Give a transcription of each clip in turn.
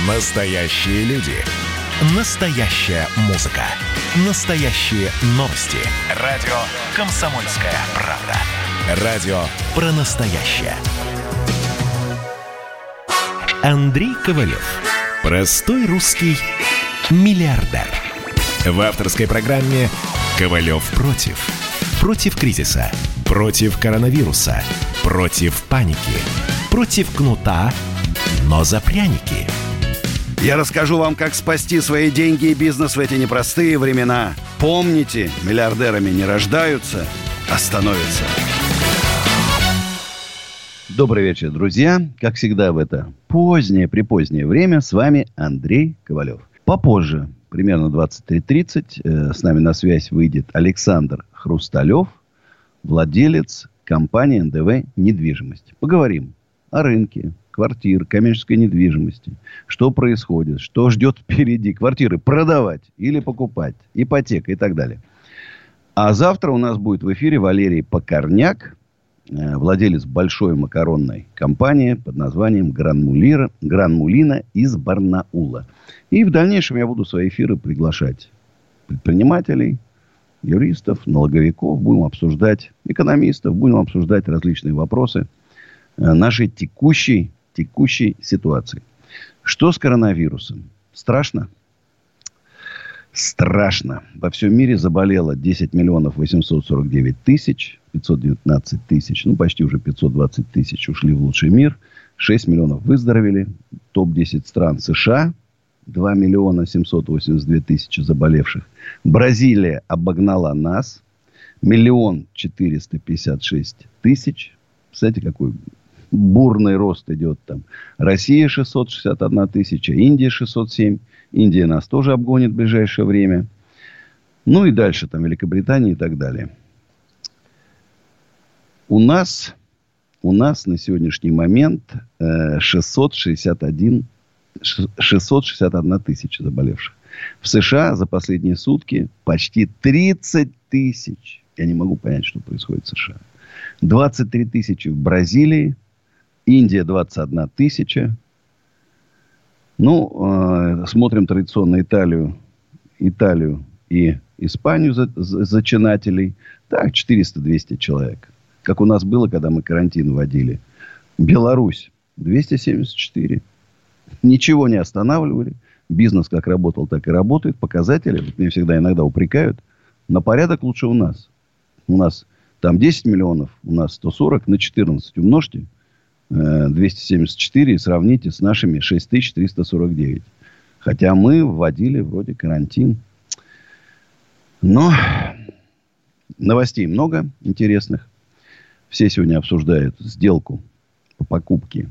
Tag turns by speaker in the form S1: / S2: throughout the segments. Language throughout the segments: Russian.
S1: Настоящие люди. Настоящая музыка. Настоящие новости. Радио «Комсомольская правда». Радио про настоящее. Андрей Ковалев. Простой русский миллиардер. В авторской программе «Ковалев против». Против кризиса. Против коронавируса. Против паники. Против кнута, но за пряники.
S2: Я расскажу вам, как спасти свои деньги и бизнес в эти непростые времена. Помните, миллиардерами не рождаются, а становятся. Добрый вечер, друзья. Как всегда в это припозднее время с вами Андрей Ковалев. Попозже, примерно 23:30, с нами на связь выйдет Александр Хрусталев, владелец компании НДВ «Недвижимость». Поговорим о рынке квартир, коммерческой недвижимости. Что происходит, что ждет впереди. Квартиры продавать или покупать, ипотека и так далее. А завтра у нас будет в эфире Валерий Покорняк, владелец большой макаронной компании под названием «Гран-Мулино» из Барнаула. И в дальнейшем я буду в свои эфиры приглашать предпринимателей, юристов, налоговиков. Будем обсуждать экономистов, будем обсуждать различные вопросы нашей текущей ситуации. Что с коронавирусом? Страшно? Страшно. Во всем мире заболело 10 миллионов 849 тысяч, 519 тысяч, почти уже 520 тысяч ушли в лучший мир. 6 миллионов выздоровели. Топ-10 стран: США, 2 миллиона 782 тысячи заболевших. Бразилия обогнала нас. 1 456 тысяч. Представляете, какой бурный рост идет там. Россия 661 тысяча, Индия 607. Индия нас тоже обгонит в ближайшее время. И дальше там Великобритания и так далее. У нас на сегодняшний момент 661 тысяча заболевших. В США за последние сутки почти 30 тысяч. Я не могу понять, что происходит в США. 23 тысячи в Бразилии. Индия 21 тысяча. Смотрим традиционно Италию и Испанию зачинателей. Так, 400-200 человек. Как у нас было, когда мы карантин вводили. Беларусь 274. Ничего не останавливали. Бизнес как работал, так и работает. Показатели, меня всегда иногда упрекают, на порядок лучше у нас. У нас там 10 миллионов, у нас 140, на 14 умножьте. 274 и сравните с нашими 6349. Хотя мы вводили вроде карантин. Но новостей много интересных. Все сегодня обсуждают сделку по покупке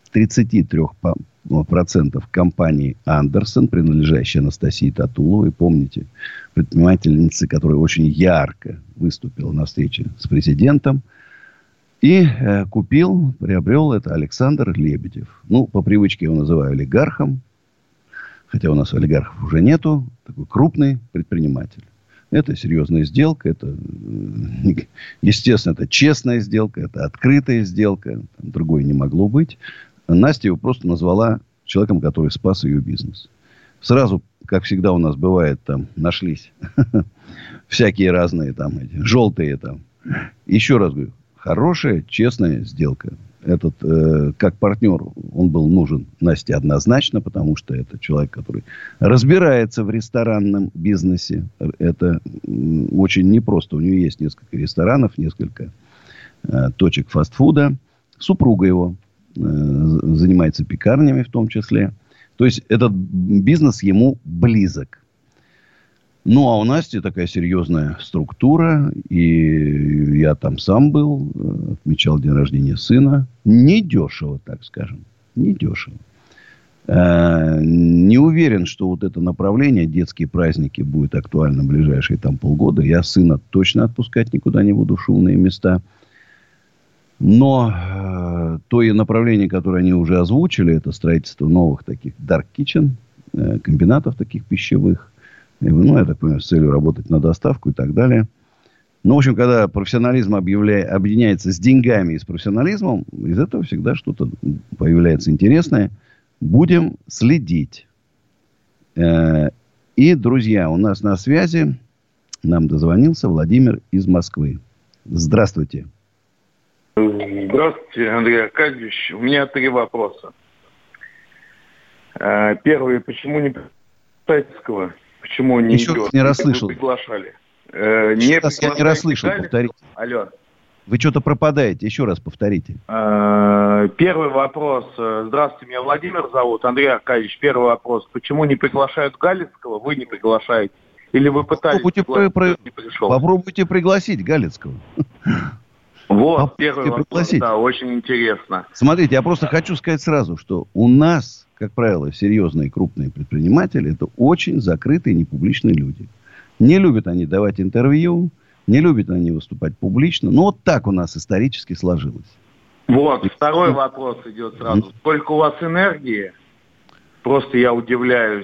S2: 33% компании Андерсон, принадлежащей Анастасии Татуловой. Помните, предпринимательница, которая очень ярко выступила на встрече с президентом. И приобрел это Александр Лебедев. По привычке я его называю олигархом. Хотя у нас олигархов уже нету. Такой крупный предприниматель. Это серьезная сделка. Естественно, это честная сделка. Это открытая сделка. Другой не могло быть. Настя его просто назвала человеком, который спас ее бизнес. Сразу, как всегда у нас бывает, там нашлись всякие разные желтые там. Еще раз говорю. Хорошая, честная сделка. Этот, как партнер, он был нужен Насте однозначно, потому что это человек, который разбирается в ресторанном бизнесе. Это очень непросто. У нее есть несколько ресторанов, несколько точек фастфуда. Супруга его занимается пекарнями в том числе. То есть, этот бизнес ему близок. А у Насти такая серьезная структура. И я там сам был. Отмечал день рождения сына. Недешево, так скажем. Недешево. Не уверен, что вот это направление, детские праздники, будет актуально в ближайшие полгода. Я сына точно отпускать никуда не буду в шумные места. Но то и направление, которое они уже озвучили, это строительство новых таких dark kitchen, комбинатов таких пищевых. Я так понимаю, с целью работать на доставку и так далее. В общем, когда профессионализм объединяется с деньгами и с профессионализмом, из этого всегда что-то появляется интересное. Будем следить. И, друзья, у нас на связи нам дозвонился Владимир из Москвы. Здравствуйте.
S3: Здравствуйте, Андрей Аркадьевич. У меня 3 вопроса. Первый, почему не Тайского? Почему не
S2: Еще
S3: идет?
S2: раз не расслышал.
S3: Вы приглашали.
S2: Сейчас я не расслышал, повторите.
S3: Алло.
S2: Вы что-то пропадаете, еще раз повторите.
S3: Первый вопрос. Здравствуйте, меня Владимир зовут. Андрей Аркадьевич, первый вопрос. Почему не приглашают Галицкого? Вы не приглашаете? Или вы пытались...
S2: Попробуйте пригласить Галицкого.
S3: Вот, первый вопрос, да, очень интересно.
S2: Смотрите, я просто хочу сказать сразу, что у нас, как правило, серьезные крупные предприниматели, это очень закрытые, непубличные люди. Не любят они давать интервью, не любят они выступать публично. Но вот так у нас исторически сложилось.
S3: Вот, второй вопрос идет сразу. Сколько у вас энергии? Просто я удивляюсь.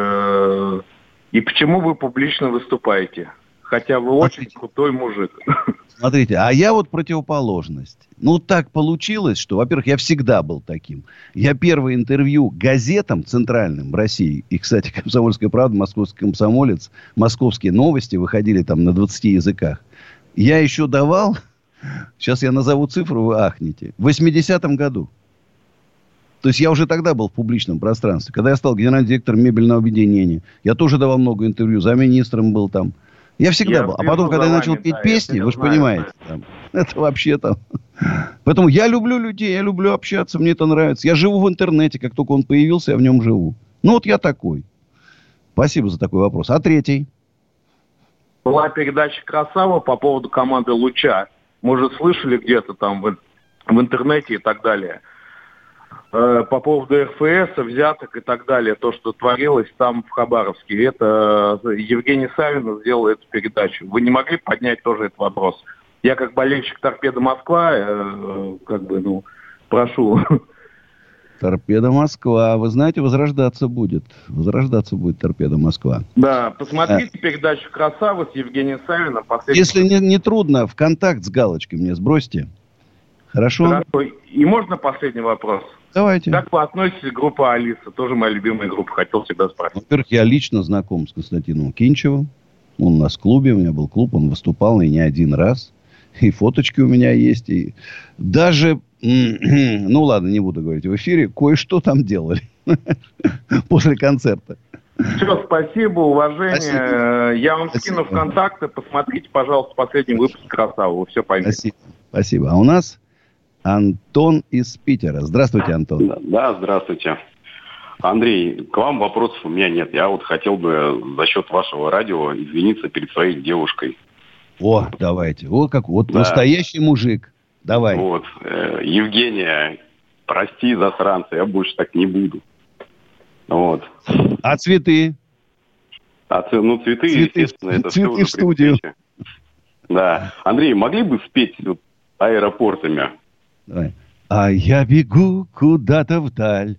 S3: И почему вы публично выступаете? Хотя вы очень крутой мужик.
S2: Смотрите, а я вот противоположность. Ну, так получилось, что, во-первых, я всегда был таким. Я первое интервью газетам центральным в России, и, кстати, «Комсомольская правда», «Московский комсомолец», «Московские новости» выходили там на 20 языках. Я еще давал, сейчас я назову цифру, вы ахнете, в 80-м году. То есть я уже тогда был в публичном пространстве. Когда я стал генеральным директором мебельного объединения, я тоже давал много интервью, замминистром был там. Я всегда был. А потом, когда я начал петь песни, вы же понимаете, там, это вообще там... Поэтому я люблю людей, я люблю общаться, мне это нравится. Я живу в интернете, как только он появился, я в нем живу. Ну, вот я такой. Спасибо за такой вопрос. А третий?
S3: Была передача «Красава» по поводу команды «Луча». Может, слышали где-то там в интернете и так далее. По поводу РФС, взяток и так далее, то, что творилось там в Хабаровске, это Евгений Савин сделал эту передачу. Вы не могли поднять тоже этот вопрос? Я как болельщик «Торпедо Москва», прошу.
S2: «Торпедо Москва», вы знаете, возрождаться будет «Торпедо Москва».
S3: Да, посмотрите передачу «Красава» с Евгением Савиным.
S2: Если не трудно, ВКонтакт с галочкой мне сбросьте. Хорошо?
S3: И можно последний вопрос?
S2: Давайте.
S3: Как вы относитесь к группе «Алиса»? Тоже моя любимая группа. Хотел всегда спросить.
S2: Во-первых, я лично знаком с Константином Кинчевым. Он у нас в клубе. У меня был клуб. Он выступал и не один раз. И фоточки у меня есть. И даже, ну ладно, не буду говорить в эфире, кое-что там делали. После концерта.
S3: Все, спасибо, уважение. Спасибо. Я вам скину в контакты. Посмотрите, пожалуйста, последний выпуск «Красавы». Вы все поймете.
S2: Спасибо. А у нас Антон из Питера. Здравствуйте, Антон.
S4: Да, здравствуйте. Андрей, к вам вопросов у меня нет. Я вот хотел бы за счет вашего радио извиниться перед своей девушкой.
S2: О, давайте. Вот как вот да. Настоящий мужик. Давай.
S4: Вот. Евгения, прости, засранца, я больше так не буду. Вот.
S2: А цветы?
S4: Цветы, естественно, это
S2: цветы все в студию.
S4: Да. Андрей, могли бы спеть вот аэропортами?
S2: Давай. А я бегу куда-то вдаль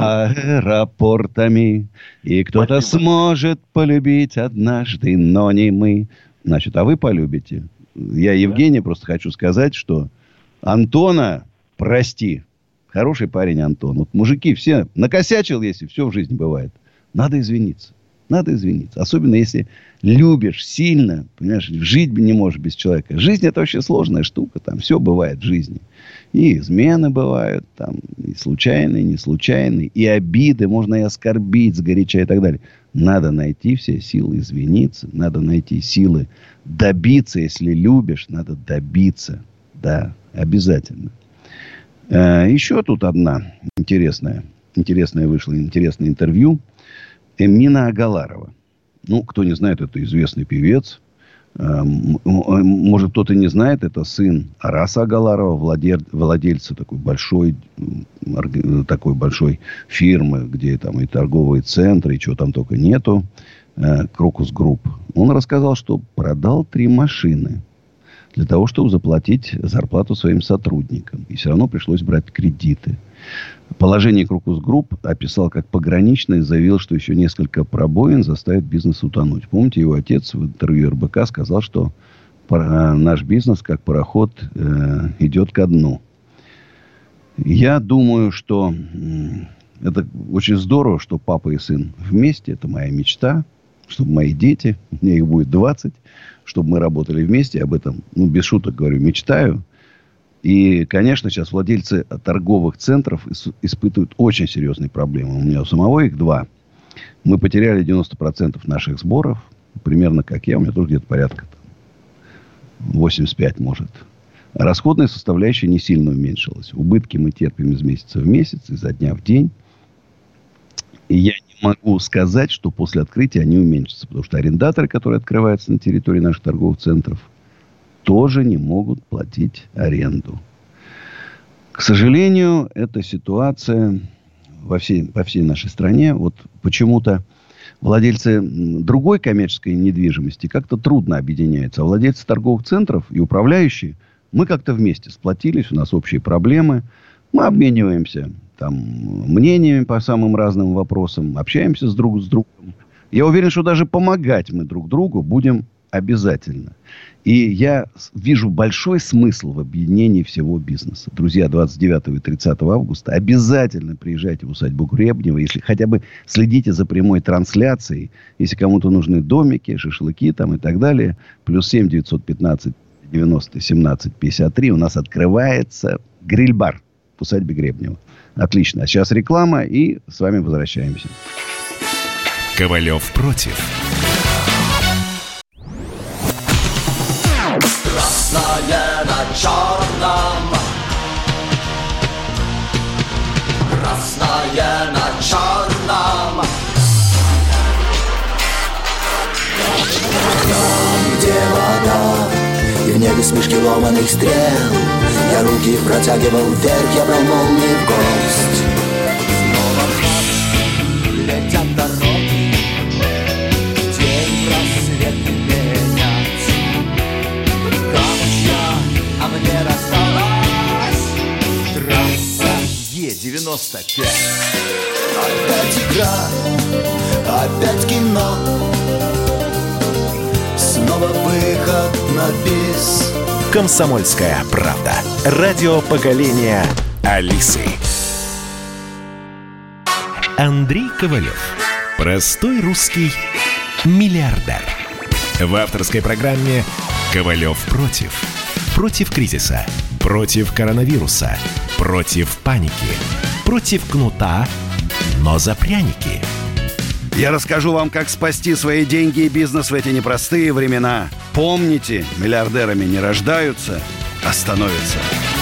S2: аэропортами, и кто-то сможет полюбить однажды, но не мы. Значит, а вы полюбите. Я, Евгений, просто хочу сказать, что Антона прости. Хороший парень Антон. Вот мужики все накосячил, если все в жизни бывает. Надо извиниться. Надо извиниться. Особенно, если любишь сильно, понимаешь, жить не можешь без человека. Жизнь — это вообще сложная штука. Там все бывает в жизни. И измены бывают, там, и случайные, и не случайные, и обиды, можно и оскорбить сгоряча и так далее. Надо найти все силы извиниться. Надо найти силы добиться. Если любишь, надо добиться. Да, обязательно. Еще тут одна интересное вышло интересное интервью. Эмина Агаларова. Ну, кто не знает, это известный певец. Может, кто-то не знает, это сын Араса Агаларова, владельца такой большой фирмы, где там и торговые центры, и чего там только нету. Крокус Групп. Он рассказал, что продал 3 машины для того, чтобы заплатить зарплату своим сотрудникам. И все равно пришлось брать кредиты. Положение Крокус Групп описал как пограничное и заявил, что еще несколько пробоин заставит бизнес утонуть. Помните, его отец в интервью РБК сказал, что наш бизнес, как пароход, идет ко дну. Я думаю, что Это очень здорово, что папа и сын вместе. Это моя мечта. Чтобы мои дети, мне их будет 20, чтобы мы работали вместе. Об этом, без шуток говорю, мечтаю. И, конечно, сейчас владельцы торговых центров испытывают очень серьезные проблемы. У меня у самого их 2. Мы потеряли 90% наших сборов. Примерно как я. У меня тоже где-то порядка 85, может. Расходная составляющая не сильно уменьшилась. Убытки мы терпим из месяца в месяц, изо дня в день. И я не могу сказать, что после открытия они уменьшатся. Потому что арендаторы, которые открываются на территории наших торговых центров, тоже не могут платить аренду. К сожалению, эта ситуация по всей нашей стране. Вот почему-то владельцы другой коммерческой недвижимости как-то трудно объединяются. А владельцы торговых центров и управляющие, мы как-то вместе сплотились, у нас общие проблемы. Мы обмениваемся мнениями по самым разным вопросам, общаемся друг с другом. Я уверен, что даже помогать мы друг другу будем обязательно. И я вижу большой смысл в объединении всего бизнеса. Друзья, 29 и 30 августа обязательно приезжайте в усадьбу Гребнева. Если хотя бы следите за прямой трансляцией. Если кому-то нужны домики, шашлыки и так далее. +7 915 90 17 53. У нас открывается гриль-бар в усадьбе Гребнева. Отлично. А сейчас реклама, и с вами возвращаемся.
S1: Ковалев против.
S5: Красное на черном. Красное на черном. Там, где вода, и в небе смешки ломаных стрел, я руки протягивал вверх, я брал молнии в гость. Снова в летят дороги, день просвет менять. Камушья, а мне рассталась трасса Е95. Опять игра, опять кино, снова выход на бис.
S1: «Комсомольская правда». Радио поколения Алисы. Андрей Ковалев. Простой русский миллиардер. В авторской программе «Ковалев против». Против кризиса. Против коронавируса. Против паники. Против кнута, но за пряники.
S2: Я расскажу вам, как спасти свои деньги и бизнес в эти непростые времена. Помните, миллиардерами не рождаются, а становятся.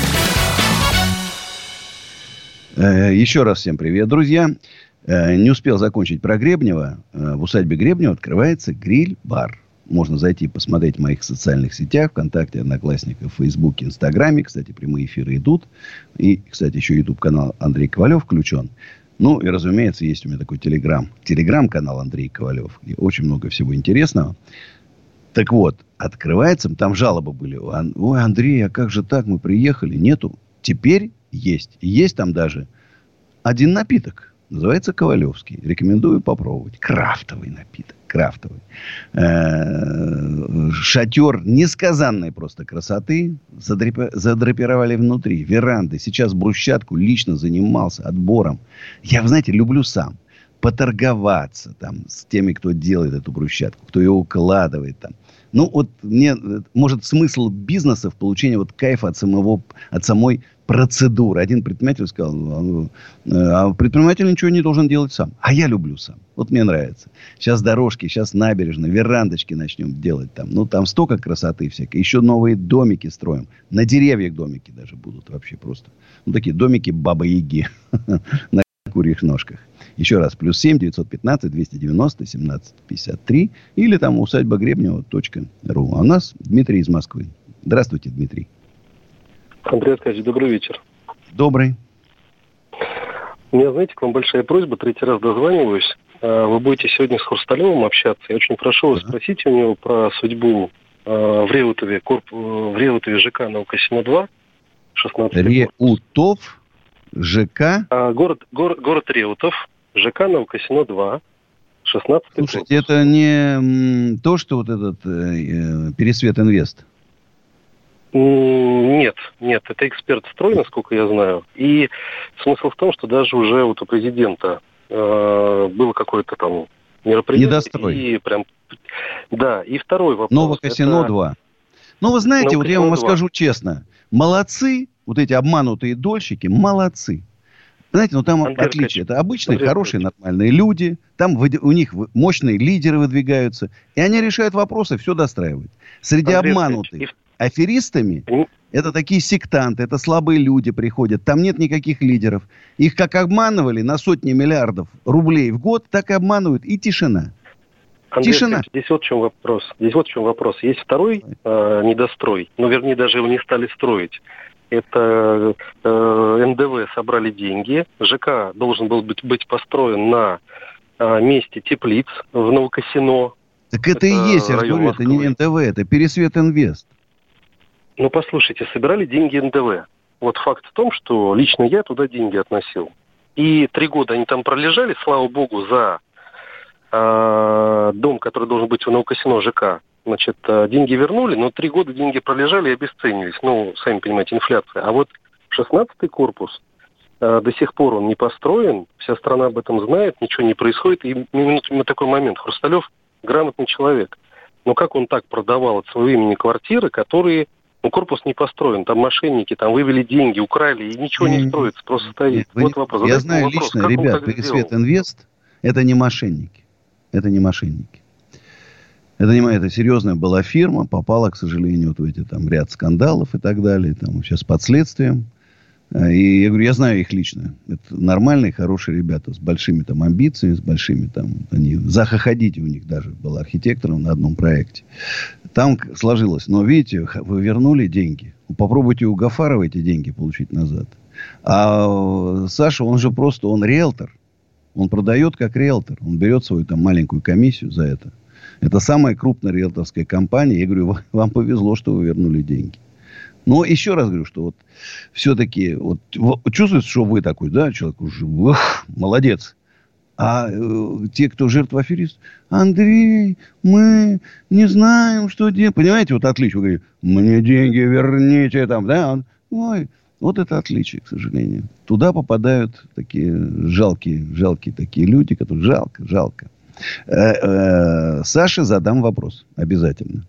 S2: Еще раз всем привет, друзья. Не успел закончить про Гребнева. В усадьбе Гребнева открывается гриль-бар. Можно зайти и посмотреть в моих социальных сетях, ВКонтакте, Одноклассниках, Фейсбуке, Инстаграме. Кстати, прямые эфиры идут. И, кстати, еще YouTube-канал Андрей Ковалев включен. Ну, и, разумеется, есть у меня такой телеграм-канал Андрей Ковалев, где очень много всего интересного. Так вот, открывается, там жалобы были. Ой, Андрей, а как же так, мы приехали? Нету. Теперь есть. И есть там даже один напиток. Называется Ковалевский. Рекомендую попробовать. Крафтовый напиток. Крафтовый. Шатер несказанной просто красоты. Задрапировали внутри. Веранды. Сейчас брусчатку лично занимался отбором. Я, вы знаете, люблю сам поторговаться там с теми, кто делает эту брусчатку, кто ее укладывает там. Ну, вот мне, может, смысл бизнеса в получении вот кайфа от самой процедуры. Один предприниматель сказал, а предприниматель ничего не должен делать сам. А я люблю сам. Вот мне нравится. Сейчас дорожки, сейчас набережные, верандочки начнем делать там. Ну, там столько красоты всякой. Еще новые домики строим. На деревьях домики даже будут вообще просто. Ну, такие домики Бабы-Яги на курьих ножках. Еще раз, +7 915 290 17 53 или там усадьба Гребнева.ру. А у нас Дмитрий из Москвы. Здравствуйте, Дмитрий.
S6: Андрей Аркадьевич, добрый вечер.
S2: Добрый.
S6: У меня, знаете, к вам большая просьба, 3-й раз дозваниваюсь. Вы будете сегодня с Хрусталевым общаться. Я очень прошу вас спросить у него про судьбу в Реутове ЖК Наука-Сино-2, 16.
S2: Реутов, ЖК?
S6: Город Реутов, ЖК Наука-Сино-2, 16.
S2: Слушайте, это не то, что вот этот Пересвет Инвест?
S6: Нет, это эксперт строй, насколько я знаю. И смысл в том, что даже уже вот у президента было какое-то там мероприятие.
S2: Недострой.
S6: И прям, да, и второй вопрос.
S2: Новокосино 2. Ну, вы знаете, вот я вам скажу честно, молодцы, вот эти обманутые дольщики, молодцы. Знаете, ну там отличие. Это обычные, хорошие, нормальные люди. Там у них мощные лидеры выдвигаются. И они решают вопросы, все достраивают. Среди обманутых аферистами это такие сектанты, это слабые люди приходят. Там нет никаких лидеров. Их как обманывали на сотни миллиардов рублей в год, так и обманывают. И тишина.
S6: Андрей,
S2: тишина.
S6: Здесь вот в чем вопрос. Есть второй недострой. Ну, вернее, даже его не стали строить. Это НДВ собрали деньги. ЖК должен был быть построен на месте теплиц в Новокосино.
S2: Так это и есть, я говорю, это не НТВ, это Пересвет Инвест.
S6: Ну, послушайте, собирали деньги НДВ. Вот факт в том, что лично я туда деньги относил. И 3 года они там пролежали, слава богу, за дом, который должен быть в Новокосино, ЖК. Значит, деньги вернули, но 3 года деньги пролежали и обесценились. Ну, сами понимаете, инфляция. А вот 16-й корпус, до сих пор он не построен, вся страна об этом знает, ничего не происходит. И на такой момент Хрусталев грамотный человек. Но как он так продавал от своего имени квартиры, которые... Ну, корпус не построен, там мошенники, там вывели деньги, украли, и ничего не строится, просто стоит. Вот вопрос.
S2: Я знаю лично, ребят, Пересвет Инвест, это не мошенники. Это не мошенники. Это серьезная была фирма, попала, к сожалению, вот в эти там ряд скандалов и так далее, там сейчас под следствием. И я говорю, я знаю их лично. Это нормальные, хорошие ребята с большими там амбициями, с большими там... Они, Заха Хадиди у них даже был архитектором на одном проекте. Там сложилось. Но, видите, вы вернули деньги. Попробуйте у Гафарова эти деньги получить назад. А Саша, он же просто, он риэлтор. Он продает как риэлтор. Он берет свою там маленькую комиссию за это. Это самая крупная риэлторская компания. Я говорю, вам повезло, что вы вернули деньги. Но еще раз говорю, что вот все-таки вот чувствуется, что вы такой, да, человек уже, молодец. А те, кто жертва аферист, Андрей, мы не знаем, что делать. Понимаете, вот отличие. Вы говорите, мне деньги верните там, да. Ой, вот это отличие, к сожалению. Туда попадают такие жалкие такие люди, которые жалко. Саше задам вопрос обязательно.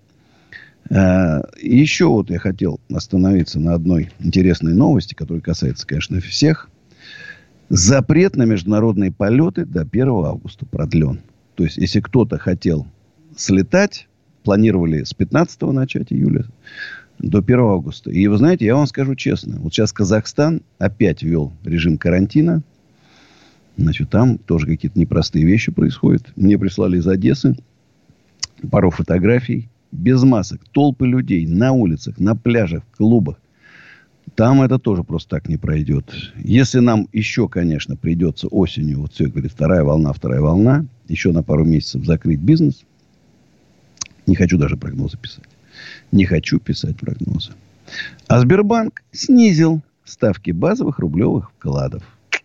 S2: Еще вот я хотел остановиться на одной интересной новости, которая касается, конечно, всех. Запрет на международные полеты до 1 августа продлен. То есть, если кто-то хотел слетать, планировали с 15-го начать июля до 1 августа. И вы знаете, я вам скажу честно. Вот сейчас Казахстан опять ввел режим карантина. Значит, там тоже какие-то непростые вещи происходят. Мне прислали из Одессы пару фотографий. Без масок. Толпы людей на улицах, на пляжах, в клубах. Там это тоже просто так не пройдет. Если нам еще, конечно, придется осенью, вот все, говорит, вторая волна, еще на пару месяцев закрыть бизнес. Не хочу даже прогнозы писать. Не хочу писать прогнозы. А Сбербанк снизил ставки базовых рублевых вкладов.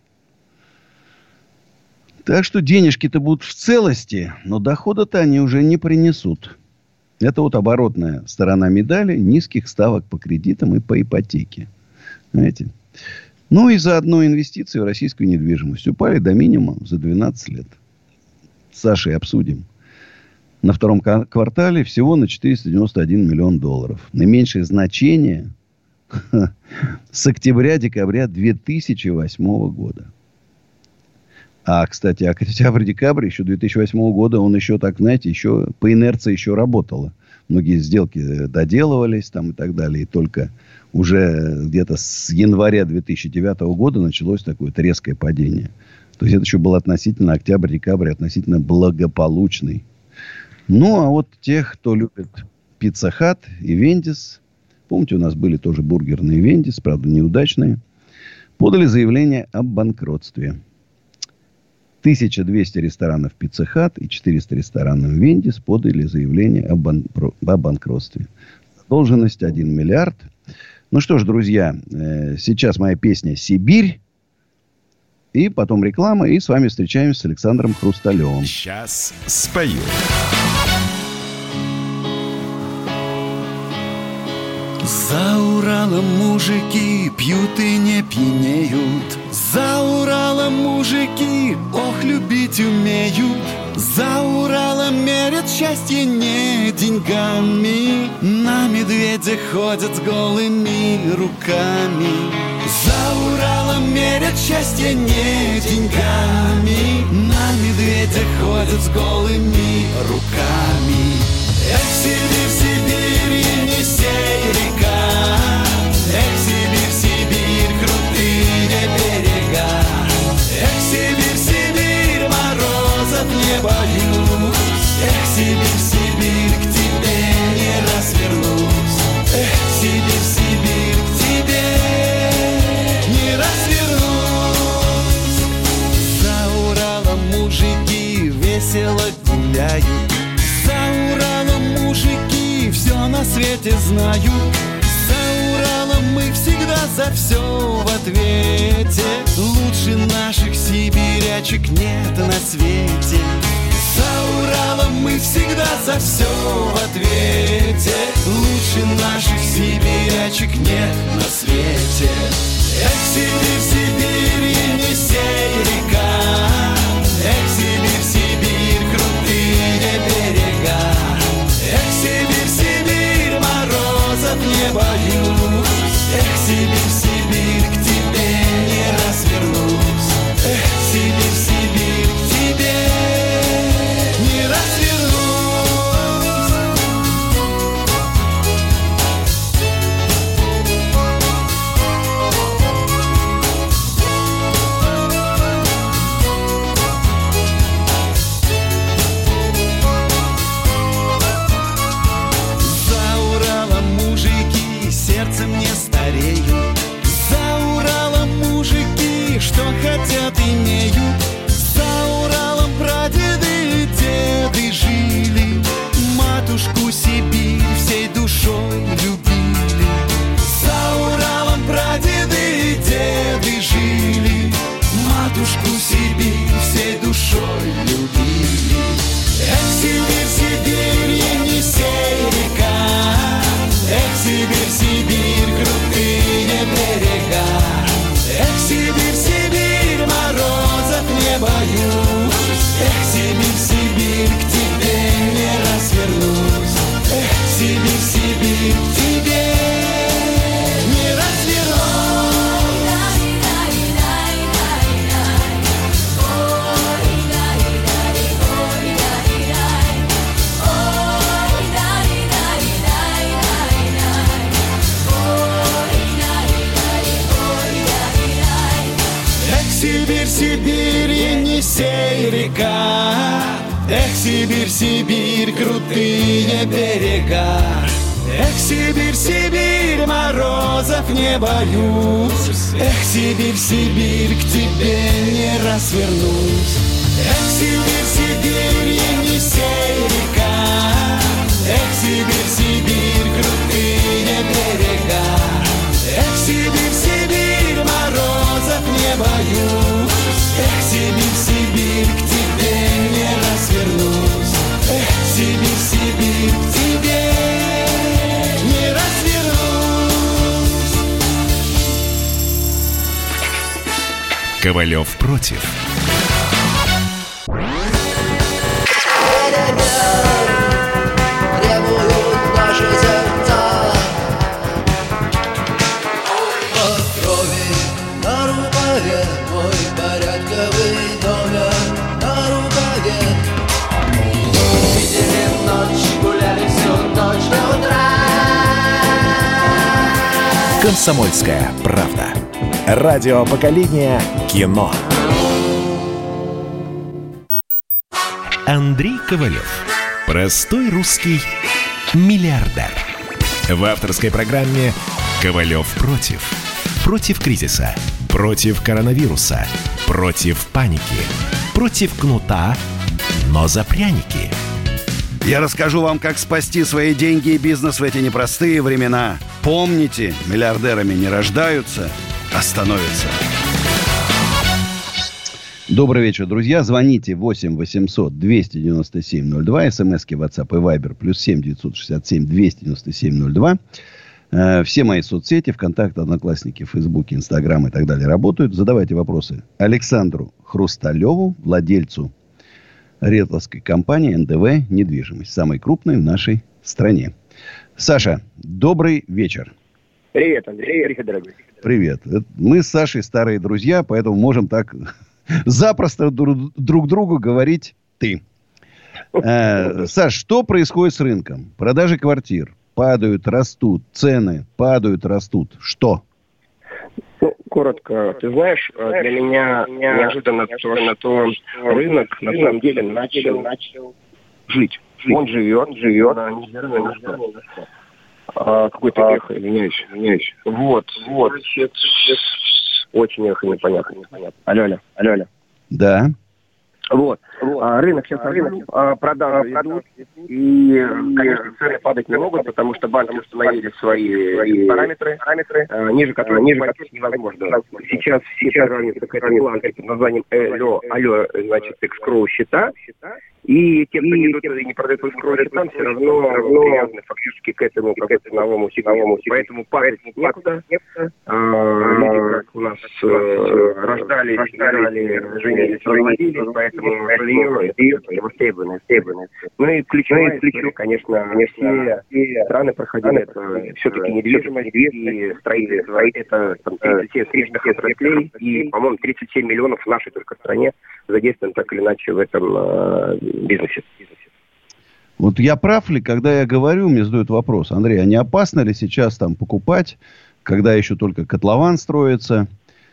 S2: Так что денежки-то будут в целости, но дохода-то они уже не принесут. Это вот оборотная сторона медали низких ставок по кредитам и по ипотеке. Знаете? Ну и заодно инвестиции в российскую недвижимость упали до минимума за 12 лет. С Сашей обсудим. На втором квартале всего на 491 миллион долларов. Наименьшее значение с октября-декабря 2008 года. А, кстати, октябрь-декабрь еще 2008 года, он еще, так, знаете, еще по инерции еще работало. Многие сделки доделывались там и так далее. И только уже где-то с января 2009 года началось такое-то резкое падение. То есть это еще был относительно октябрь-декабрь, относительно благополучный. Ну, а вот тех, кто любит Pizza Hut и Вендис, помните, у нас были тоже бургерные Вендис, правда, неудачные, подали заявление об банкротстве. 1200 ресторанов Pizza Hut и 400 ресторанов Вендис подали заявление о банкротстве. Задолженность 1 миллиард. Ну что ж, друзья, сейчас моя песня «Сибирь». И потом реклама. И с вами встречаемся с Александром Хрусталевым.
S1: Сейчас спою.
S7: За Уралом мужики пьют и не пьянеют. За Уралом мужики, ох, любить умеют. За Уралом мерят счастье не деньгами. На медведя ходят с голыми руками. За Уралом мерят счастье не деньгами. На медведя ходят с голыми руками. Эх, Сибирь, Сибирь, Енисей река. Эх, Сибирь, Сибирь, крутые берега. Эх, Сибирь, Сибирь, морозов не боюсь. Эх, Сибирь, Сибирь, к тебе не развернусь. Эх, Сибирь, Сибирь, к тебе не развернусь. За Уралом мужики весело гуляют. За Уралом мужики все на свете знают. За Уралом мы всегда за все в ответе. Лучше наших сибирячек нет на свете. За Уралом мы всегда за все в ответе. Лучше наших сибирячек нет на свете. Эх, Сибирь, Сибирь, Енисей река. Эх, Сибирь, Сибирь, крутые берега. Эх, Сибирь, Сибирь, морозов не боюсь. Эх, Сибирь, Сибирь, к тебе не развернусь. Эх, Сибирь, Сибирь, к тебе не развернусь. Сердцем не стареют. За Уралом мужики, что хотят, имеют. За Уралом прадеды и деды жили. Матушку Сибирь всей душой любили. За Уралом прадеды и деды жили. Матушку Сибирь всей душой любили. Эх, Сибирь, Сибирь, Енисей река. Эх, Сибирь, Сибирь, крутые берега. Эх, Сибирь, Сибирь, морозов не боюсь. Эх, Сибирь, Сибирь, к тебе не развернусь. Эх, Сибирь, Сибирь, к тебе не развернусь. Сибирь, Сибирь, Енисей река. Эх, Сибирь, Сибирь, крутые берега. Эх, Сибирь, Сибирь, морозов не боюсь. Эх, Сибирь, Сибирь, к тебе не развернусь. Эх, Сибирь, Сибирь, Енисей река. Эх, Сибирь, Сибирь, крутые берега. Эх, Сибирь, Сибирь, морозов не боюсь. Эх, Сибирь, Сибирь, к тебе не развернусь. Эх, Сибирь, Сибирь, к тебе не развернусь.
S1: Ковалев против. «Комсомольская правда». Радио поколения кино. Андрей Ковалев. Простой русский миллиардер. В авторской программе «Ковалев против». Против кризиса. Против коронавируса. Против паники. Против кнута, но за пряники.
S2: Я расскажу вам, как спасти свои деньги и бизнес в эти непростые времена. Помните, миллиардерами не рождаются, а становятся. Добрый вечер, друзья. Звоните 8 800 297 02. СМСки WhatsApp и Viber +7 967 297 02. Все мои соцсети, ВКонтакте, Одноклассники, Фейсбуке, Инстаграм и так далее работают. Задавайте вопросы Александру Хрусталеву, владельцу риэлторской компании НДВ «Недвижимость», самой крупной в нашей стране. Саша, добрый вечер.
S8: Привет, Андрей. Привет, дорогой.
S2: Привет. Мы с Сашей старые друзья, поэтому можем так запросто друг другу говорить «ты». Саш, что происходит с рынком? Продажи квартир падают, растут, цены падают, растут. Что?
S8: Ну, коротко, ты знаешь, для меня неожиданно то рынок на самом деле начал жить. Он живет. Какой-то эхо, извиняюсь. Вот. Очень эхо непонятно. Алло.
S2: Да.
S8: Вот. Рынок сейчас продажи идут, и, конечно, цены падать не могут, потому что банки установили свои параметры, ниже которых невозможно. Сейчас все ранятся к этой планке под названием алло, значит, экскроу счета, и те, кто не идут и не продают экскроу счета, все равно привязаны фактически к этому новому сигналу. Поэтому падать некуда. Люди, как у нас рождались, женились, разводились, поэтому жилье это востребованное. Ну и ключевое, конечно, все страны проходили это все-таки недвижимость и строительство. Это 37 крупных отраслей и, по-моему, 37 миллионов в нашей только стране задействованы так или иначе в этом бизнесе.
S2: Вот я прав ли, когда я говорю, мне задают вопрос: Андрей, а не опасно ли сейчас там покупать, когда еще только котлован строится?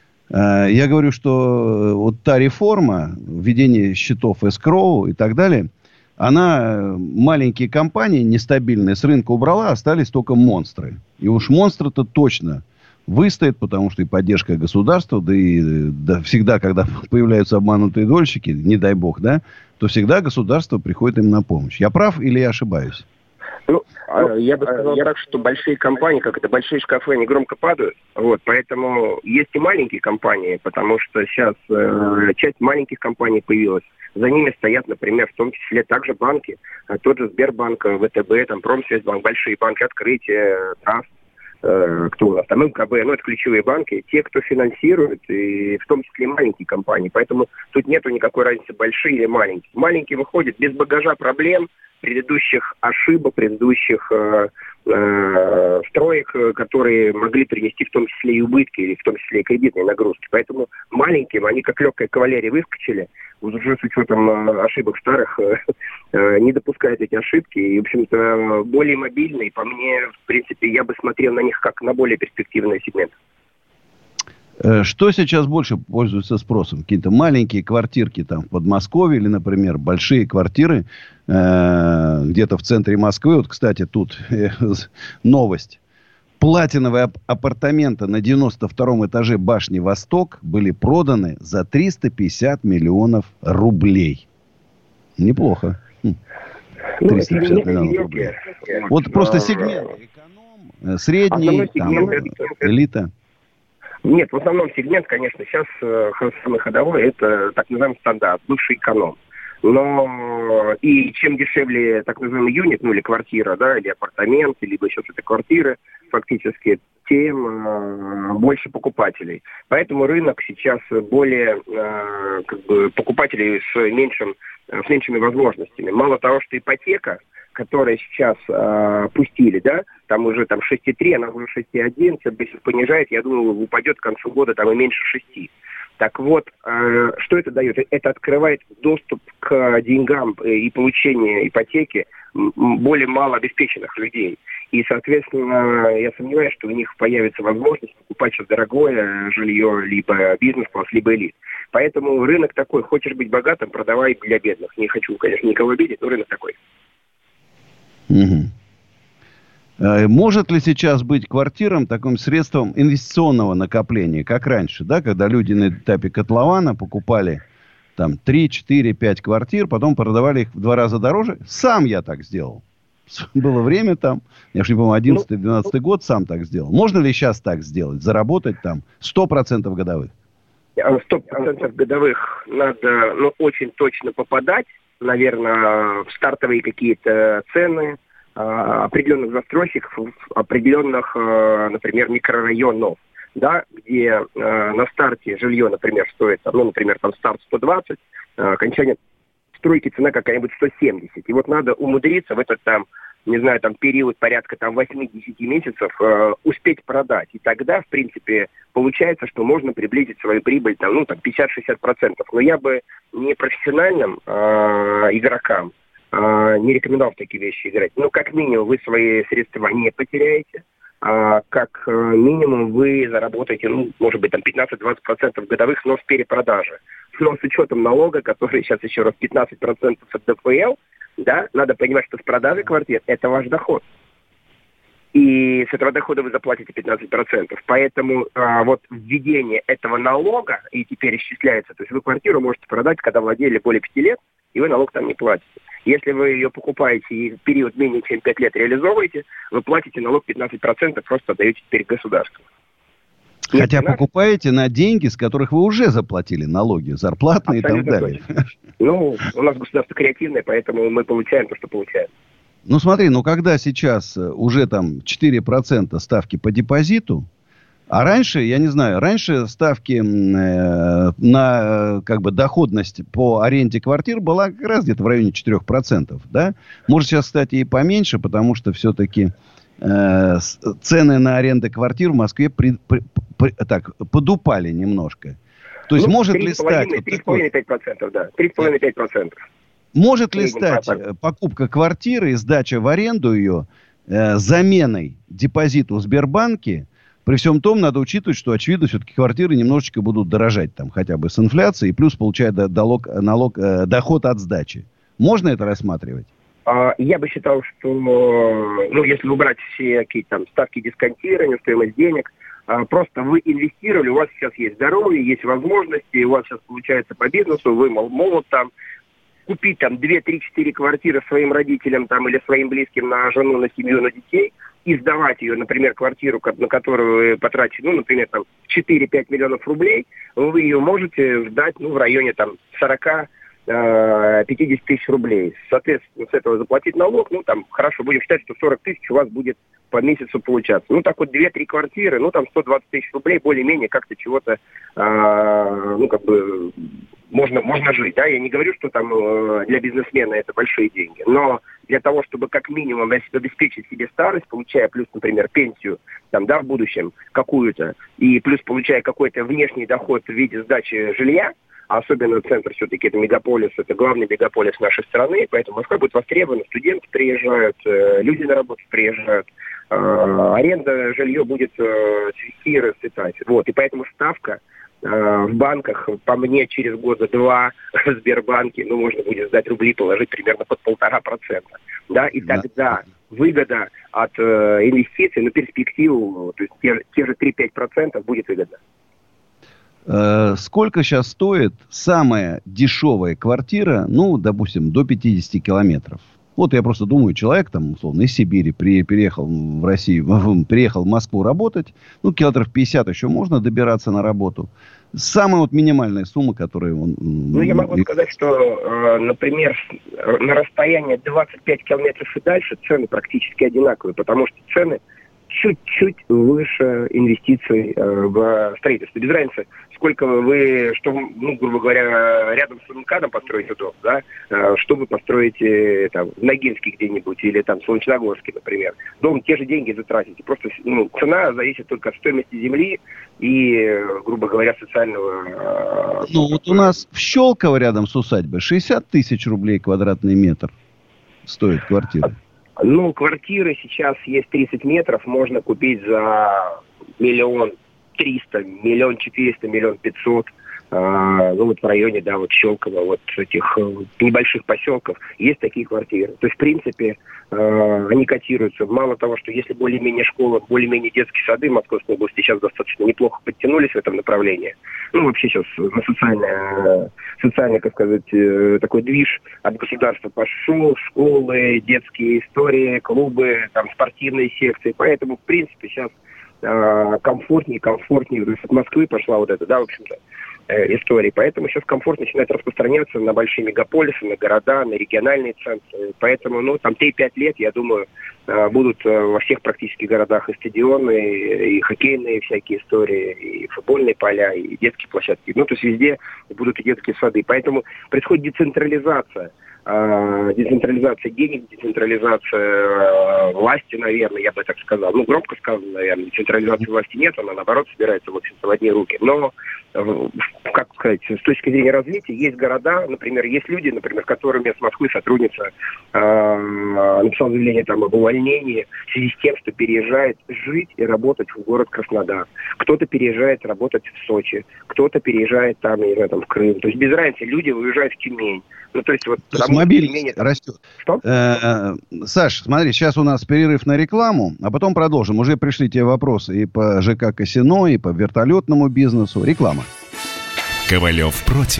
S2: Я говорю, что вот та реформа, введение счетов эскроу и так далее, она маленькие компании нестабильные с рынка убрала, остались только монстры. И уж монстры-то точно выстоят, потому что и поддержка государства, да всегда, когда появляются обманутые дольщики, не дай бог, да, то всегда государство приходит им на помощь. Я прав или я ошибаюсь?
S8: Ну, я бы сказал так, что большие компании, как это, большие шкафы, они громко падают. Вот, поэтому есть и маленькие компании, потому что сейчас часть маленьких компаний появилась. За ними стоят, например, в том числе также банки. Тот же Сбербанк, ВТБ, там Промсвязьбанк, большие банки, Открытие, Траст. Кто у нас там, МКБ, это ключевые банки, те, кто финансирует, и в том числе и маленькие компании. Поэтому тут нету никакой разницы, большие или маленькие. Маленькие выходят без багажа проблем, предыдущих ошибок, предыдущих строек, которые могли принести в том числе и убытки, или в том числе и кредитные нагрузки. Поэтому маленьким они как легкая кавалерия выскочили, уже с учетом ошибок старых не допускают эти ошибки. И, в общем-то, более мобильные, по мне, в принципе, я бы смотрел на них как на более перспективный сегмент.
S2: Что сейчас больше пользуется спросом? Какие-то маленькие квартирки там в Подмосковье или, например, большие квартиры где-то в центре Москвы. Вот, кстати, тут новость. Платиновые апартаменты на 92-м этаже башни «Восток» были проданы за 350 миллионов рублей. Неплохо. 350 миллионов рублей. Вот просто сегмент. Эконом, средний, там, элита.
S8: Нет, в основном сегмент, конечно, сейчас самый ходовой, это так называемый стандарт, бывший эконом. Но и чем дешевле так называемый юнит, или квартира, да, или апартамент, либо еще что-то квартиры, фактически, тем больше покупателей. Поэтому рынок сейчас более покупателей с меньшими возможностями. Мало того, что ипотека, которые сейчас пустили, да, там уже 6,3, она уже 6,1, если понижает, я думаю, упадет к концу года и меньше 6. Так вот, что это дает? Это открывает доступ к деньгам и получение ипотеки более малообеспеченных людей. И, соответственно, я сомневаюсь, что у них появится возможность покупать сейчас дорогое жилье, либо бизнес-класс, либо элит. Поэтому рынок такой. Хочешь быть богатым, продавай для бедных. Не хочу, конечно, никого обидеть, но рынок такой.
S2: Угу. Может ли сейчас быть квартирам таким средством инвестиционного накопления, как раньше, да, когда люди на этапе котлована покупали там 3, 4, 5 квартир, потом продавали их в 2 раза дороже? Сам я так сделал. Было время там, я уж не помню, 11-12 год сам так сделал. Можно ли сейчас так сделать, заработать там 100% годовых?
S8: 100% годовых надо очень точно попадать, наверное, в стартовые какие-то цены, определенных застройщиков, определенных, например, микрорайонов, да, где на старте жилье, например, стоит, ну, например, там старт 120, окончание стройки цена какая-нибудь 170. И вот надо умудриться в этот там, не знаю, там период порядка там 8-10 месяцев успеть продать. И тогда, в принципе, получается, что можно приблизить свою прибыль там, ну, там 50-60%. Но я бы не профессиональным игрокам не рекомендовал в такие вещи играть. Ну, как минимум, вы свои средства не потеряете. Как минимум вы заработаете, ну, может быть, там 15-20% годовых, но с перепродажи. Но с учетом налога, который сейчас еще раз 15% от ДФЛ, да, надо понимать, что с продажи квартир это ваш доход. И с этого дохода вы заплатите 15%. Поэтому вот введение этого налога, и теперь исчисляется, то есть вы квартиру можете продать, когда владели более 5 лет, и вы налог там не платите. Если вы ее покупаете и в период менее чем 5 лет реализовываете, вы платите налог 15%, просто отдаете теперь государству.
S2: Хотя покупаете на деньги, с которых вы уже заплатили налоги, зарплатные и так далее.
S8: Точно. Ну, у нас государство креативное, поэтому мы получаем то, что получаем.
S2: Ну, смотри, ну, когда сейчас уже там 4% ставки по депозиту, а раньше, я не знаю, раньше ставки на как бы доходность по аренде квартир была как раз где-то в районе 4%, да? Может, сейчас, кстати, и поменьше, потому что все-таки цены на аренду квартир в Москве так подупали немножко. То есть, может ли стать...
S8: 3,5-5%, да. 3,5-5%.
S2: Может ли стать покупка квартиры и сдача в аренду ее заменой депозиту в Сбербанке? При всем том, надо учитывать, что, очевидно, все-таки квартиры немножечко будут дорожать там хотя бы с инфляцией, плюс получая доход от сдачи. Можно это рассматривать?
S8: Я бы считал, что, ну, если убрать все какие-то там ставки дисконтирования, стоимость денег, просто вы инвестировали, у вас сейчас есть здоровье, есть возможности, у вас сейчас получается по бизнесу, вы молод там, купить там 2-3-4 квартиры своим родителям там или своим близким на жену, на семью, на детей, и сдавать ее, например, квартиру, на которую вы потратите, ну, например, там 4-5 миллионов рублей, вы ее можете сдать, ну, в районе там 40-50 тысяч рублей. Соответственно, с этого заплатить налог, ну, там, хорошо, будем считать, что 40 тысяч у вас будет по месяцу получаться. Ну, так вот, 2-3 квартиры, ну, там, 120 тысяч рублей, более-менее как-то чего-то, ну, как бы, можно жить, да, я не говорю, что там для бизнесмена это большие деньги, но для того, чтобы как минимум обеспечить себе старость, получая плюс, например, пенсию, там, да, в будущем какую-то, и плюс получая какой-то внешний доход в виде сдачи жилья, а особенно центр все-таки это мегаполис, это главный мегаполис нашей страны, поэтому Москва будет востребована, студенты приезжают, люди на работу приезжают, аренда жилья будет цвести и расцветать. Вот, и поэтому ставка в банках, по мне, через года 2 в Сбербанке, ну, можно будет сдать рубли, положить примерно под 1,5%. Да, и тогда выгода от инвестиций на перспективу, то есть те же 3-5% будет выгодно.
S2: Сколько сейчас стоит самая дешевая квартира, ну, допустим, до 50 километров? Вот я просто думаю, человек там, условно, из Сибири переехал в Россию, приехал в Москву работать. Ну, километров 50 еще можно добираться на работу. Самая вот минимальная сумма, которую он...
S8: Ну, я могу сказать, что, например, на расстоянии 25 километров и дальше цены практически одинаковые, потому что цены чуть-чуть выше инвестиций в строительство. Без разницы, сколько вы, что, ну, грубо говоря, рядом с МКАДом построите дом, да, что вы построите там в Ногинске где-нибудь или там в Солнечногорске, например. Дом те же деньги затратите. Просто, ну, цена зависит только от стоимости земли и, грубо говоря, социального...
S2: Ну, вот у нас в Щелково рядом с усадьбой 60 тысяч рублей квадратный метр стоит квартира.
S8: Ну, квартиры сейчас есть 30 метров, можно купить за 1 300 000, 1 400 000, 1 500 000. Ну, вот в районе, да, вот Щелково, вот этих небольших поселков есть такие квартиры. То есть, в принципе, они котируются. Мало того, что если более-менее школа, более-менее детские сады в Московской области сейчас достаточно неплохо подтянулись в этом направлении. Ну, вообще сейчас на социальный, как сказать, такой движ от государства пошел, школы, детские истории, клубы, там, спортивные секции. Поэтому, в принципе, сейчас комфортнее. То есть от Москвы пошла вот эта, да, в общем-то, истории. Поэтому сейчас комфорт начинает распространяться на большие мегаполисы, на города, на региональные центры. Поэтому, там 3-5 лет, я думаю, будут во всех практически городах и стадионы, и хоккейные всякие истории, и футбольные поля, и детские площадки. То есть везде будут и детские сады. Поэтому происходит децентрализация. Децентрализация денег, децентрализация власти, наверное, я бы так сказал. Громко сказано, наверное, децентрализации власти нет, она, наоборот, собирается, в общем-то, в одни руки. Но, как сказать, с точки зрения развития, есть города, например, есть люди, например, которыми с Москвы сотрудница написала заявление об увольнении в связи с тем, что переезжает жить и работать в город Краснодар. Кто-то переезжает работать в Сочи, кто-то переезжает в Крым. То есть без разницы, люди уезжают в Тюмень. То есть
S2: мобильность растет.
S8: Что?
S2: Саш, смотри, сейчас у нас перерыв на рекламу, а потом продолжим. Уже пришли те вопросы и по ЖК Казино, и по вертолетному бизнесу. Реклама.
S1: Ковалев против.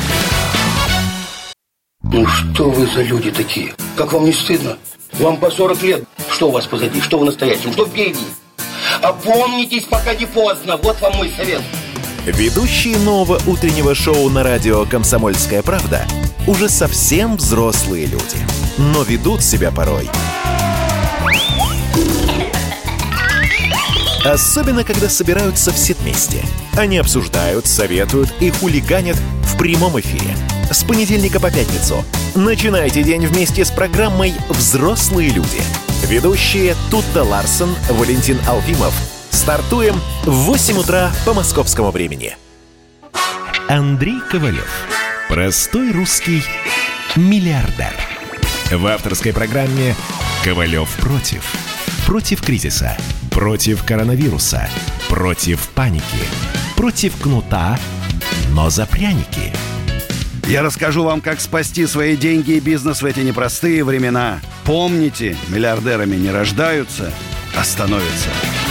S9: Что вы за люди такие? Как вам не стыдно? Вам по 40 лет. Что у вас позади? Что в настоящем? Что впереди? Опомнитесь, пока не поздно. Вот вам мой совет.
S1: Ведущие нового утреннего шоу на радио «Комсомольская правда» уже совсем взрослые люди, но ведут себя порой. Особенно, когда собираются все вместе. Они обсуждают, советуют и хулиганят в прямом эфире. С понедельника по пятницу. Начинайте день вместе с программой «Взрослые люди». Ведущие Тутта Ларсон, Валентин Алфимов. Стартуем в 8 утра по московскому времени. Андрей Ковалев. Простой русский миллиардер. В авторской программе «Ковалев против». Против кризиса. Против коронавируса. Против паники. Против кнута, но за пряники.
S2: Я расскажу вам, как спасти свои деньги и бизнес в эти непростые времена. Помните, миллиардерами не рождаются, а становятся.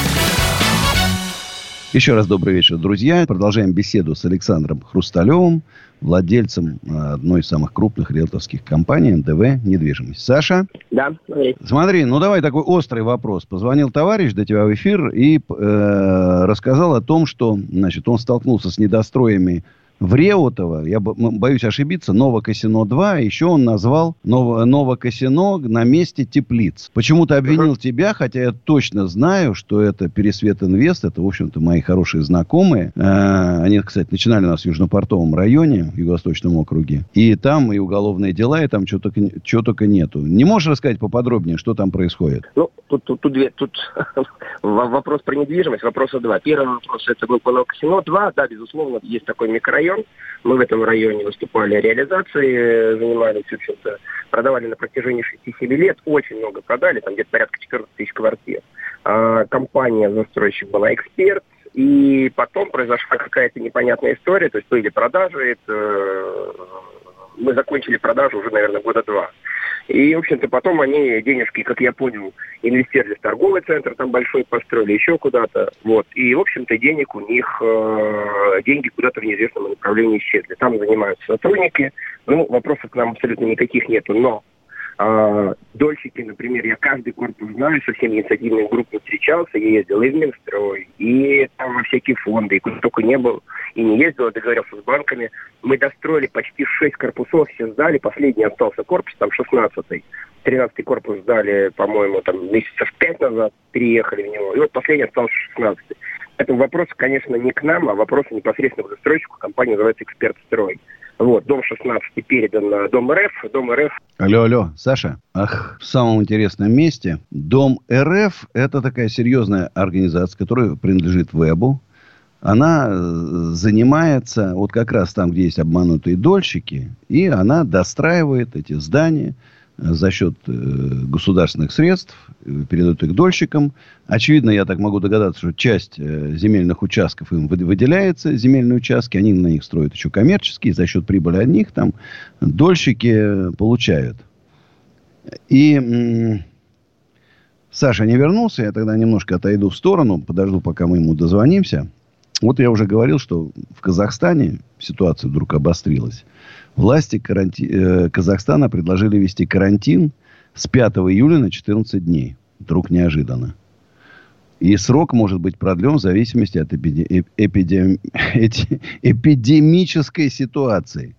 S2: Еще раз добрый вечер, друзья. Продолжаем беседу с Александром Хрусталевым, владельцем одной из самых крупных риэлторских компаний НДВ «Недвижимость». Саша?
S8: Да.
S2: Смотри, давай такой острый вопрос. Позвонил товарищ до тебя в эфир и рассказал о том, что, он столкнулся с недостроями в Реутово, я боюсь ошибиться, Новокасино 2, еще он назвал Новокасино на месте теплиц. Почему-то обвинил тебя, хотя я точно знаю, что это Пересвет Инвест, это, в общем-то, мои хорошие знакомые. Они, кстати, начинали у нас в Южно-Портовом районе, в Юго-Восточном округе. И там и уголовные дела, и там чего только нету. Не можешь рассказать поподробнее, что там происходит?
S8: Тут вопрос про недвижимость, вопроса два. Первый вопрос, это был по Новокасино 2, да, безусловно, есть такой микрорайон. Мы в этом районе выступали реализацией, занимались, в общем-то, продавали на протяжении 6-7 лет, очень много продали, там где-то порядка 14 тысяч квартир. Компания-застройщик была «Эксперт», и потом произошла какая-то непонятная история, то есть были продажи, мы закончили продажу уже, наверное, года 2. И, в общем-то, потом они денежки, как я понял, инвестировали в торговый центр, там большой построили, еще куда-то. И, в общем-то, денег у них, деньги куда-то в неизвестном направлении исчезли. Там занимаются сотрудники. Вопросов к нам абсолютно никаких нету. Но дольщики, например, я каждый корпус знаю, со всеми инициативными группами встречался, я ездил и в Минстрой, и там во всякие фонды, и куда только не был, и не ездил, договорился с банками. Мы достроили почти 6 корпусов, все сдали, последний остался корпус, там 16-й. 13-й корпус сдали, по-моему, месяцев 5 назад, переехали в него, и последний остался 16-й. Поэтому вопрос, конечно, не к нам, а вопрос непосредственно к застройщику, компания называется «Эксперт-строй». Дом 16 передан на Дом РФ. Дом РФ...
S2: Алло, Саша. В самом интересном месте. Дом РФ – это такая серьезная организация, которая принадлежит ВЭБу. Она занимается как раз там, где есть обманутые дольщики, и она достраивает эти здания за счет государственных средств, передает их дольщикам. Очевидно, я так могу догадаться, что часть земельных участков им выделяется, земельные участки, они на них строят еще коммерческие, за счет прибыли от них там дольщики получают. И Саша не вернулся, я тогда немножко отойду в сторону, подожду, пока мы ему дозвонимся. Я уже говорил, что в Казахстане ситуация вдруг обострилась. Власти Казахстана предложили ввести карантин с 5 июля на 14 дней. Вдруг неожиданно. И срок может быть продлен в зависимости от эпидемической ситуации.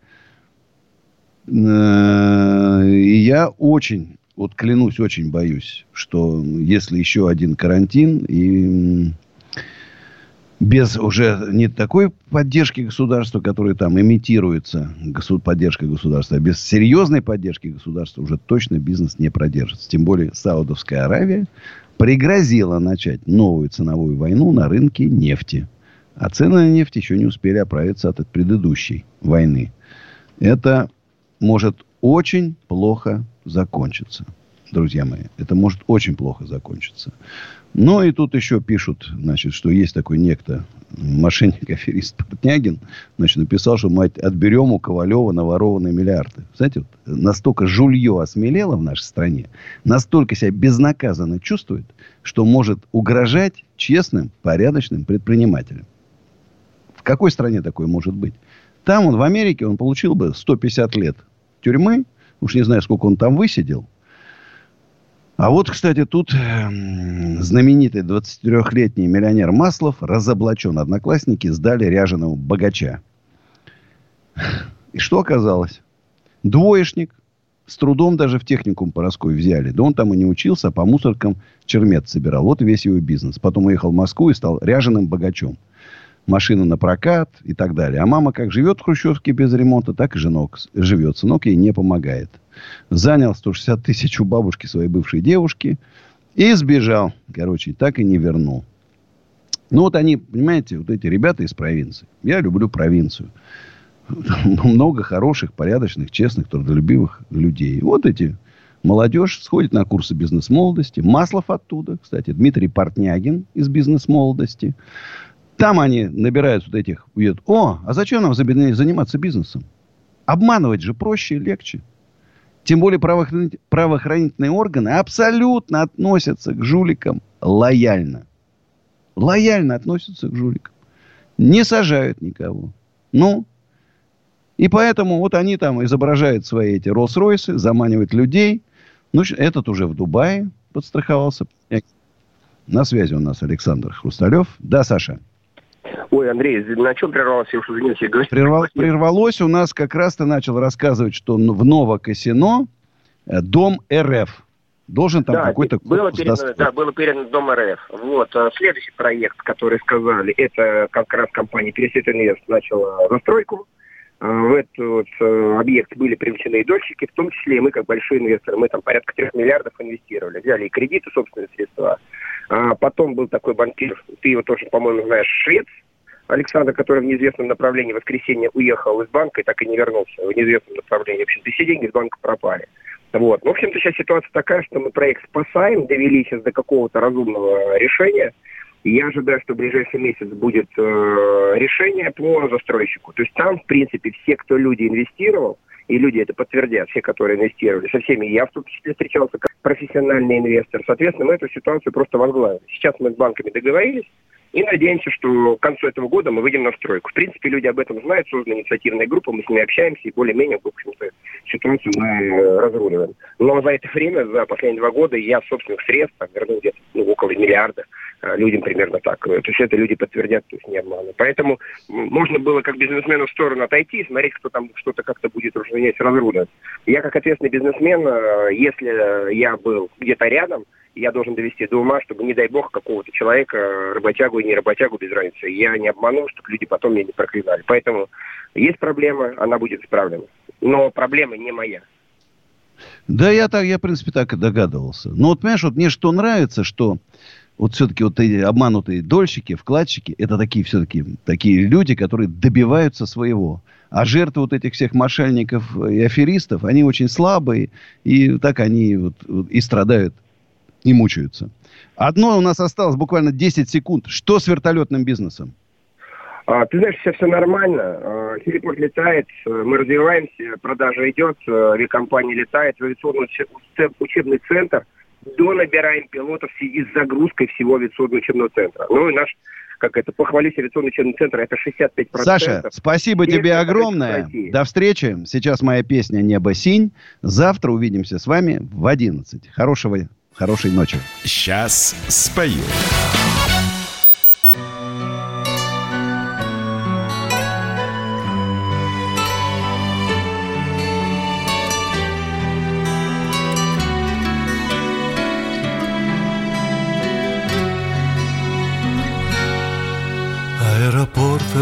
S2: И я очень, вот клянусь, очень боюсь, что если еще один карантин и без уже не такой поддержки государства, которая там имитируется, поддержка государства, а без серьезной поддержки государства уже точно бизнес не продержится. Тем более Саудовская Аравия пригрозила начать новую ценовую войну на рынке нефти. А цены на нефть еще не успели оправиться от предыдущей войны. Это может очень плохо закончиться. Друзья мои, это может очень плохо закончиться. Ну, и тут еще пишут, значит, что есть такой некто, мошенник-аферист Портнягин, значит, написал, что мы отберем у Ковалева наворованные миллиарды. Знаете, вот, настолько жулье осмелело в нашей стране, настолько себя безнаказанно чувствует, что может угрожать честным, порядочным предпринимателям. В какой стране такое может быть? Там, в Америке, он получил бы 150 лет тюрьмы. Уж не знаю, сколько он там высидел. А вот, кстати, тут знаменитый 23-летний миллионер Маслов разоблачен. Одноклассники сдали ряженого богача. И что оказалось? Двоечник. С трудом даже в техникум Поросской взяли. Да он там и не учился, а по мусоркам чермет собирал. Вот весь его бизнес. Потом уехал в Москву и стал ряженым богачом. Машину на прокат и так далее. А мама как живет в хрущевке без ремонта, так и живет. Сынок ей не помогает. Занял 160 тысяч у бабушки своей бывшей девушки и сбежал. Короче, так и не вернул. Ну, вот они, понимаете, вот эти ребята из провинции. Я люблю провинцию. Много хороших, порядочных, честных, трудолюбивых людей. Вот эти молодежь сходит на курсы бизнес-молодости. Маслов оттуда, кстати, Дмитрий Портнягин из бизнес-молодости. Там они набирают вот этих, уедут. О, а зачем нам заниматься бизнесом? Обманывать же проще и легче. Тем более правоохранительные органы абсолютно относятся к жуликам лояльно. Лояльно относятся к жуликам. Не сажают никого. Ну, и поэтому вот они там изображают свои эти Роллс-Ройсы, заманивают людей. Ну, этот уже в Дубае подстраховался. На связи у нас Александр Хрусталев. Да, Саша?
S8: Ой, Андрей, на чем прервалось? Я уж извините.
S2: Прервалось у нас, как раз ты начал рассказывать, что в Новокосино Дом РФ. Должен там какой-то...
S8: было передано Дом РФ. Вот. Следующий проект, который сказали, это как раз компания Пересвет Инвест начала застройку. В этот объект были привлечены и дольщики, в том числе и мы, как большие инвесторы. Мы там порядка 3 миллиардов инвестировали. Взяли и кредиты, собственные средства. Потом был такой банкир, ты его тоже, по-моему, знаешь, швед, Александр, который в неизвестном направлении в воскресенье уехал из банка и так и не вернулся в неизвестном направлении. В общем-то, все деньги из банка пропали. Вот. Ну, в общем-то, сейчас ситуация такая, что мы проект спасаем, довели сейчас до какого-то разумного решения. И я ожидаю, что в ближайший месяц будет решение по застройщику. То есть там, в принципе, все, кто люди инвестировал, и люди это подтвердят, все, которые инвестировали, со всеми я в том числе встречался как профессиональный инвестор. Соответственно, мы эту ситуацию просто возглавили. Сейчас мы с банками договорились и надеемся, что к концу этого года мы выйдем на стройку. В принципе, люди об этом знают, создана инициативная группа, мы с ними общаемся и более-менее, в общем-то, ситуацию мы разруливаем. Но за это время, за последние 2 года, я собственных средств вернул где-то около миллиарда. Людям примерно так. То есть это люди подтвердят, то есть не обманывают. Поэтому можно было как бизнесмену в сторону отойти и смотреть, кто там что-то как-то будет разруливать. Я как ответственный бизнесмен, если я был где-то рядом, я должен довести до ума, чтобы, не дай бог, какого-то человека, работягу и не работягу, без разницы, я не обманул, чтобы люди потом меня не проклинали. Поэтому есть проблема, она будет исправлена. Но проблема не моя.
S2: Да, я, в принципе, так и догадывался. Но вот, понимаешь, вот мне что нравится, что вот все-таки вот эти обманутые дольщики, вкладчики, это такие все-таки такие люди, которые добиваются своего. А жертвы вот этих всех мошенников и аферистов, они очень слабые, и так они вот и страдают, и мучаются. Одно у нас осталось буквально 10 секунд. Что с вертолетным бизнесом?
S8: Ты знаешь, все нормально. Хелипорт летает, мы развиваемся, продажа идет, авиакомпания летает, авиационный учебный центр. Донабираем пилотов в связи с загрузкой всего авиационного учебного центра. Ну и наш, похвалюсь, авиационный учебный центр, это 65%.
S2: Саша, спасибо тебе огромное. До встречи. Сейчас моя песня «Небо синь». Завтра увидимся с вами в 11. Хорошей ночи.
S1: Сейчас спою.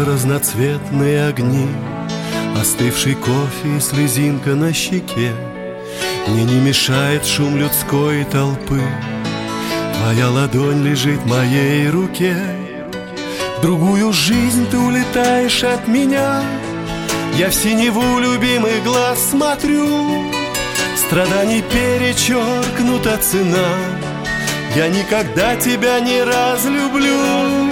S7: разноцветные огни, остывший кофе и слезинка на щеке. Мне не мешает шум людской толпы, твоя ладонь лежит в моей руке. В другую жизнь ты улетаешь от меня, я в синеву любимых глаз смотрю. Страданий перечеркнута цена, я никогда тебя не разлюблю.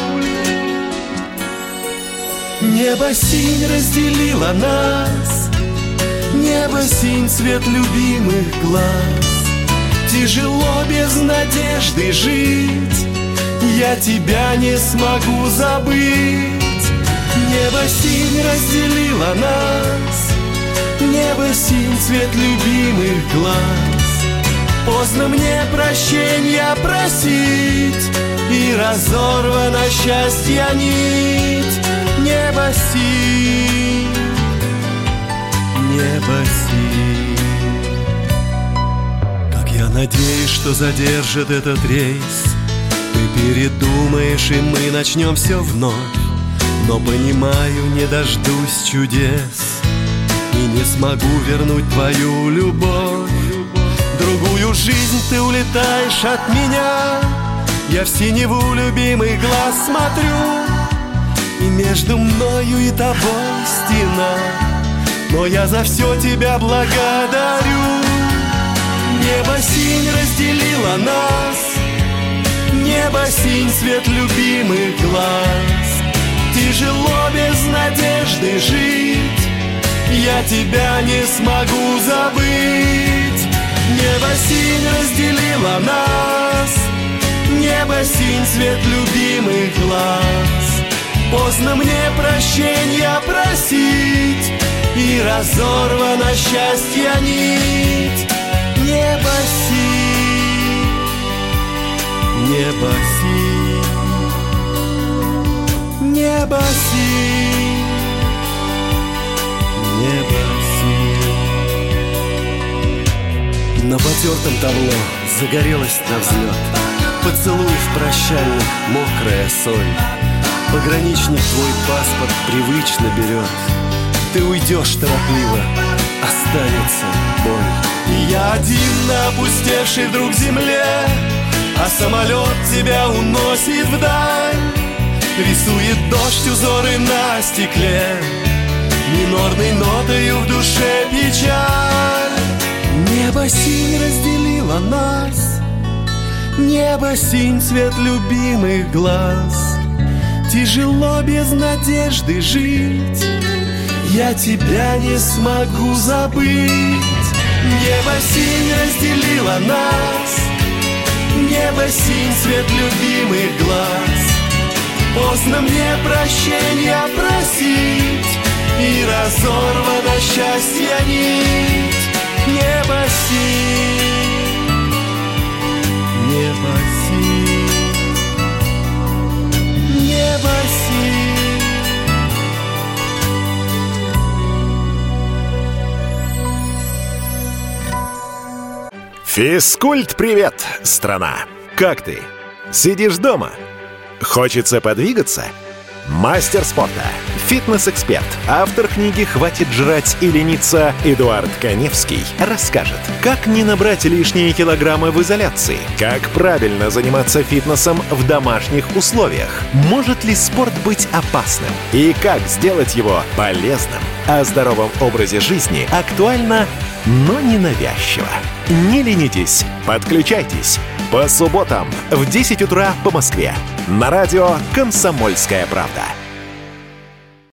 S7: Небо синь разделило нас, небо синь цвет любимых глаз. Тяжело без надежды жить, я тебя не смогу забыть. Небо синь разделило нас, небо синь цвет любимых глаз. Поздно мне прощенья просить, и разорвана счастья нить. Небо синь, небо синь. Как я надеюсь, что задержит этот рейс, ты передумаешь, и мы начнем все вновь. Но понимаю, не дождусь чудес и не смогу вернуть твою любовь. В другую жизнь ты улетаешь от меня, я в синеву любимый глаз смотрю. И между мною и тобой стена, но я за все тебя благодарю. Небо синь разделило нас, небо синь цвет любимых глаз. Тяжело без надежды жить, я тебя не смогу забыть. Небо синь разделило нас, небо синь цвет любимых глаз. Поздно мне прощенья просить, и разорвана счастья нить. Небо синь, небо синь, небо синь, небо синь. На потертом табло загорелась на взлет, поцелуев прощальных мокрая соль. Пограничник твой паспорт привычно берет, ты уйдешь торопливо, останется боль. И я один на опустевшей вдруг земле, а самолет тебя уносит вдаль. Рисует дождь узоры на стекле, минорной нотою в душе печаль. Небо синь разделило нас, небо синь цвет любимых глаз. Тяжело без надежды жить, я тебя не смогу забыть. Небо синь разделило нас, небо синь цвет любимых глаз. Поздно мне прощенья просить, и разорвана счастья нить. Небо синь, небо синь, небо синь.
S1: Физкульт-привет, страна! Как ты? Сидишь дома? Хочется подвигаться? Мастер спорта, фитнес-эксперт, автор книги «Хватит жрать и лениться» Эдуард Каневский расскажет, как не набрать лишние килограммы в изоляции, как правильно заниматься фитнесом в домашних условиях, может ли спорт быть опасным и как сделать его полезным. О здоровом образе жизни актуально, но не навязчиво. Не ленитесь, подключайтесь. По субботам в 10 утра по Москве. На радио «Комсомольская правда».